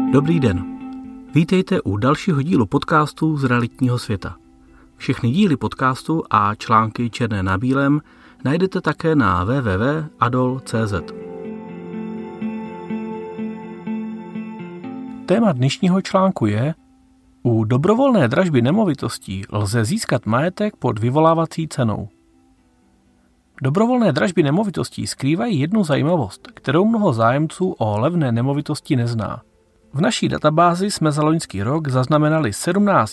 Dobrý den. Vítejte u dalšího dílu podcastu z realitního světa. Všechny díly podcastu a články černé na bílém najdete také na www.adol.cz. Téma dnešního článku je: u dobrovolné dražby nemovitostí lze získat majetek pod vyvolávací cenou. Dobrovolné dražby nemovitostí skrývají jednu zajímavost, kterou mnoho zájemců o levné nemovitosti nezná. V naší databázi jsme za loňský rok zaznamenali 17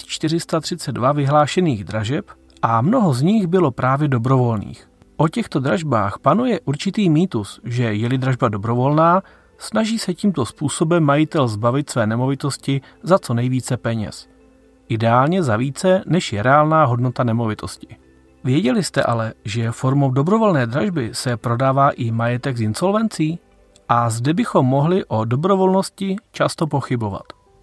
432 vyhlášených dražeb a mnoho z nich bylo právě dobrovolných. O těchto dražbách panuje určitý mýtus, že je-li dražba dobrovolná, snaží se tímto způsobem majitel zbavit své nemovitosti za co nejvíce peněz. Ideálně za více, než je reálná hodnota nemovitosti. Věděli jste ale, že formou dobrovolné dražby se prodává i majetek z insolvencí? A zde bychom mohli o dobrovolnosti často pochybovat.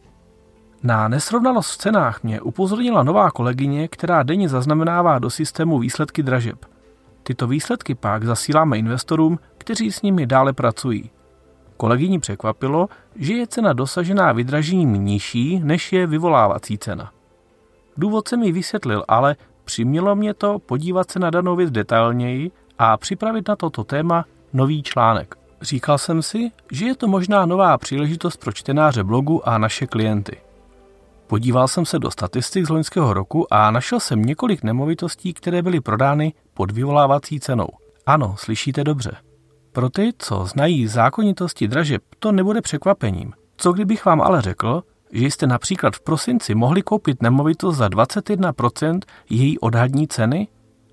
Na nesrovnalost v cenách mě upozornila nová kolegyně, která denně zaznamenává do systému výsledky dražeb. Tyto výsledky pak zasíláme investorům, kteří s nimi dále pracují. Kolegyni překvapilo, že je cena dosažená vydražením nižší, než je vyvolávací cena. Důvod jsem jí vysvětlil, ale přimělo mě to podívat se na danou věc detailněji a připravit na toto téma nový článek. Říkal jsem si, že je to možná nová příležitost pro čtenáře blogu a naše klienty. Podíval jsem se do statistik z loňského roku a našel jsem několik nemovitostí, které byly prodány pod vyvolávací cenou. Ano, slyšíte dobře. Pro ty, co znají zákonitosti dražeb, to nebude překvapením. Co kdybych vám ale řekl, že jste například v prosinci mohli koupit nemovitost za 21% její odhadní ceny?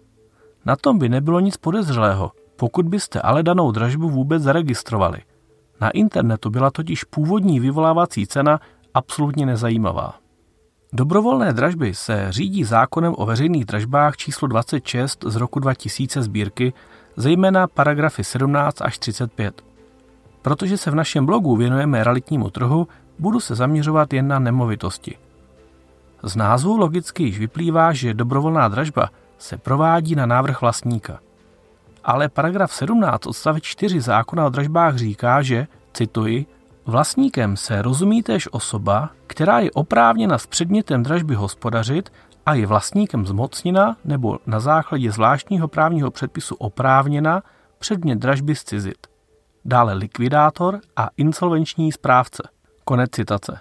Na tom by nebylo nic podezřelého, pokud byste ale danou dražbu vůbec zaregistrovali. Na internetu byla totiž původní vyvolávací cena absolutně nezajímavá. Dobrovolné dražby se řídí zákonem o veřejných dražbách číslo 26 z roku 2000 sbírky, zejména paragrafy 17 až 35. Protože se v našem blogu věnujeme realitnímu trhu, budu se zaměřovat jen na nemovitosti. Z názvu logicky již vyplývá, že dobrovolná dražba se provádí na návrh vlastníka. Ale paragraf 17 odstavec 4 zákona o dražbách říká, že, cituji, vlastníkem se rozumí též osoba, která je oprávněna s předmětem dražby hospodařit a je vlastníkem zmocněna nebo na základě zvláštního právního předpisu oprávněna předmět dražby zcizit. Dále likvidátor a insolvenční správce. Konec citace.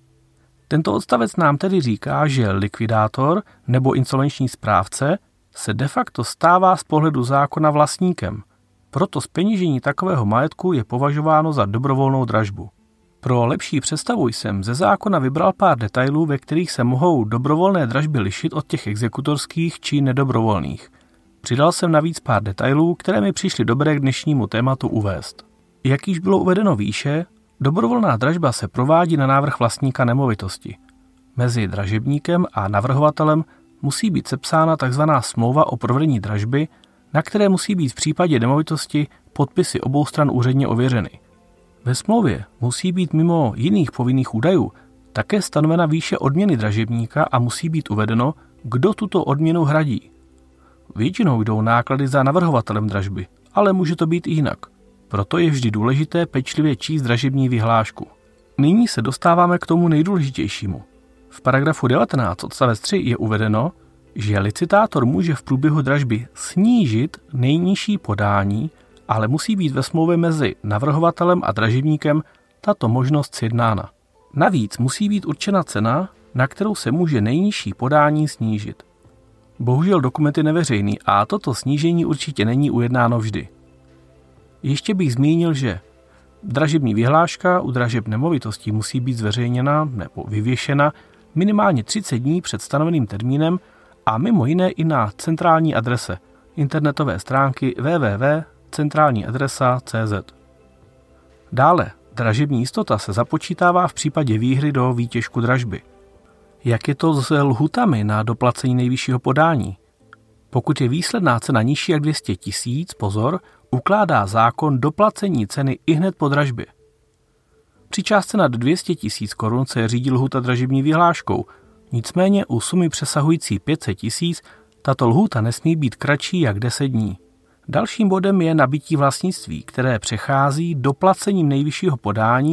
Tento odstavec nám tedy říká, že likvidátor nebo insolvenční správce se de facto stává z pohledu zákona vlastníkem. Proto zpeněžení takového majetku je považováno za dobrovolnou dražbu. Pro lepší představu jsem ze zákona vybral pár detailů, ve kterých se mohou dobrovolné dražby lišit od těch exekutorských či nedobrovolných. Přidal jsem navíc pár detailů, které mi přišly dobré k dnešnímu tématu uvést. Jak již bylo uvedeno výše, dobrovolná dražba se provádí na návrh vlastníka nemovitosti. Mezi dražebníkem a navrhovatelem musí být sepsána tzv. Smlouva o provedení dražby, na které musí být v případě nemovitosti podpisy obou stran úředně ověřeny. Ve smlouvě musí být mimo jiných povinných údajů také stanovena výše odměny dražebníka a musí být uvedeno, kdo tuto odměnu hradí. Většinou jdou náklady za navrhovatelem dražby, ale může to být i jinak. Proto je vždy důležité pečlivě číst dražební vyhlášku. Nyní se dostáváme k tomu nejdůležitějšímu. V paragrafu 19 odstavec 3 je uvedeno, že licitátor může v průběhu dražby snížit nejnižší podání, ale musí být ve smlouvě mezi navrhovatelem a dražebníkem tato možnost sjednána. Navíc musí být určena cena, na kterou se může nejnižší podání snížit. Bohužel dokument je neveřejný a toto snížení určitě není ujednáno vždy. Ještě bych zmínil, že dražební vyhláška u dražeb nemovitostí musí být zveřejněna nebo vyvěšena minimálně 30 dní před stanoveným termínem a mimo jiné i na centrální adrese internetové stránky www.centralniadresa.cz. Dále, dražební jistota se započítává v případě výhry do výtěžku dražby. Jak je to s lhůtami na doplacení nejvyššího podání? Pokud je výsledná cena nižší jak 200 000, pozor, ukládá zákon doplacení ceny ihned po dražbě. Při částce nad 200 000 korun se řídí lhůta dražební vyhláškou, nicméně u sumy přesahující 500 000 tato lhůta nesmí být kratší jak 10 dní. Dalším bodem je nabytí vlastnictví, které přechází doplacením nejvyššího podání,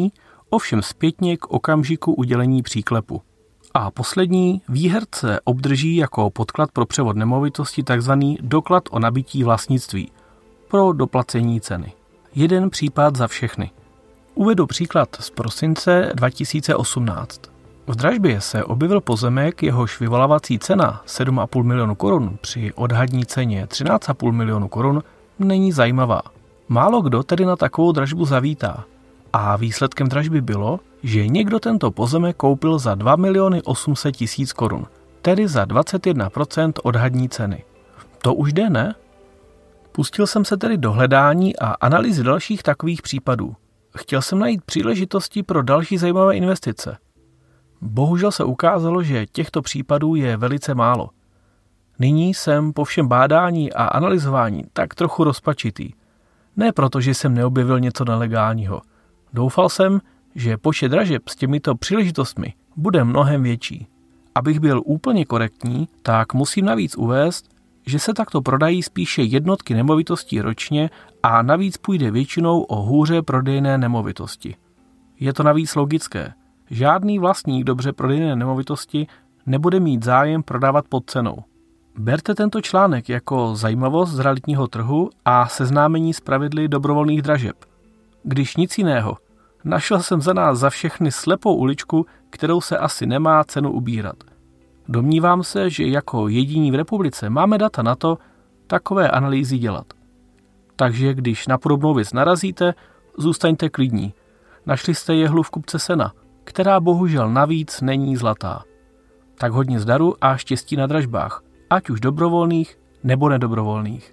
ovšem zpětně k okamžiku udělení příklepu. A poslední, výherce obdrží jako podklad pro převod nemovitosti tzv. Doklad o nabytí vlastnictví pro doplacení ceny. Jeden případ za všechny. Uvedu příklad z prosince 2018. V dražbě se objevil pozemek, jehož vyvolávací cena 7,5 milionu korun při odhadní ceně 13,5 milionu korun není zajímavá. Málo kdo tedy na takovou dražbu zavítá. A výsledkem dražby bylo, že někdo tento pozemek koupil za 2 800 000 korun, tedy za 21% odhadní ceny. To už jde, ne? Pustil jsem se tedy do hledání a analýzy dalších takových případů. Chtěl jsem najít příležitosti pro další zajímavé investice. Bohužel se ukázalo, že těchto případů je velice málo. Nyní jsem po všem bádání a analyzování tak trochu rozpačitý. Ne proto, že jsem neobjevil něco nelegálního. Doufal jsem, že počet dražeb s těmito příležitostmi bude mnohem větší. Abych byl úplně korektní, tak musím navíc uvést, že se takto prodají spíše jednotky nemovitostí ročně a navíc půjde většinou o hůře prodejné nemovitosti. Je to navíc logické. Žádný vlastník dobře prodejné nemovitosti nebude mít zájem prodávat pod cenou. Berte tento článek jako zajímavost z realitního trhu a seznámení s pravidly dobrovolných dražeb. Když nic jiného, našel jsem za nás za všechny slepou uličku, kterou se asi nemá cenu ubírat. Domnívám se, že jako jediní v republice máme data na to, takové analýzy dělat. Takže když na podobnou věc narazíte, zůstaňte klidní. Našli jste jehlu v kupce sena, která bohužel navíc není zlatá. Tak hodně zdaru a štěstí na dražbách, ať už dobrovolných nebo nedobrovolných.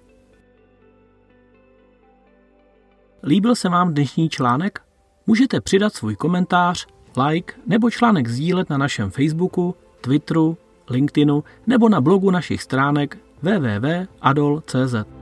Líbil se vám dnešní článek? Můžete přidat svůj komentář, like nebo článek sdílet na našem Facebooku, Twitteru, LinkedInu nebo na blogu našich stránek www.adol.cz.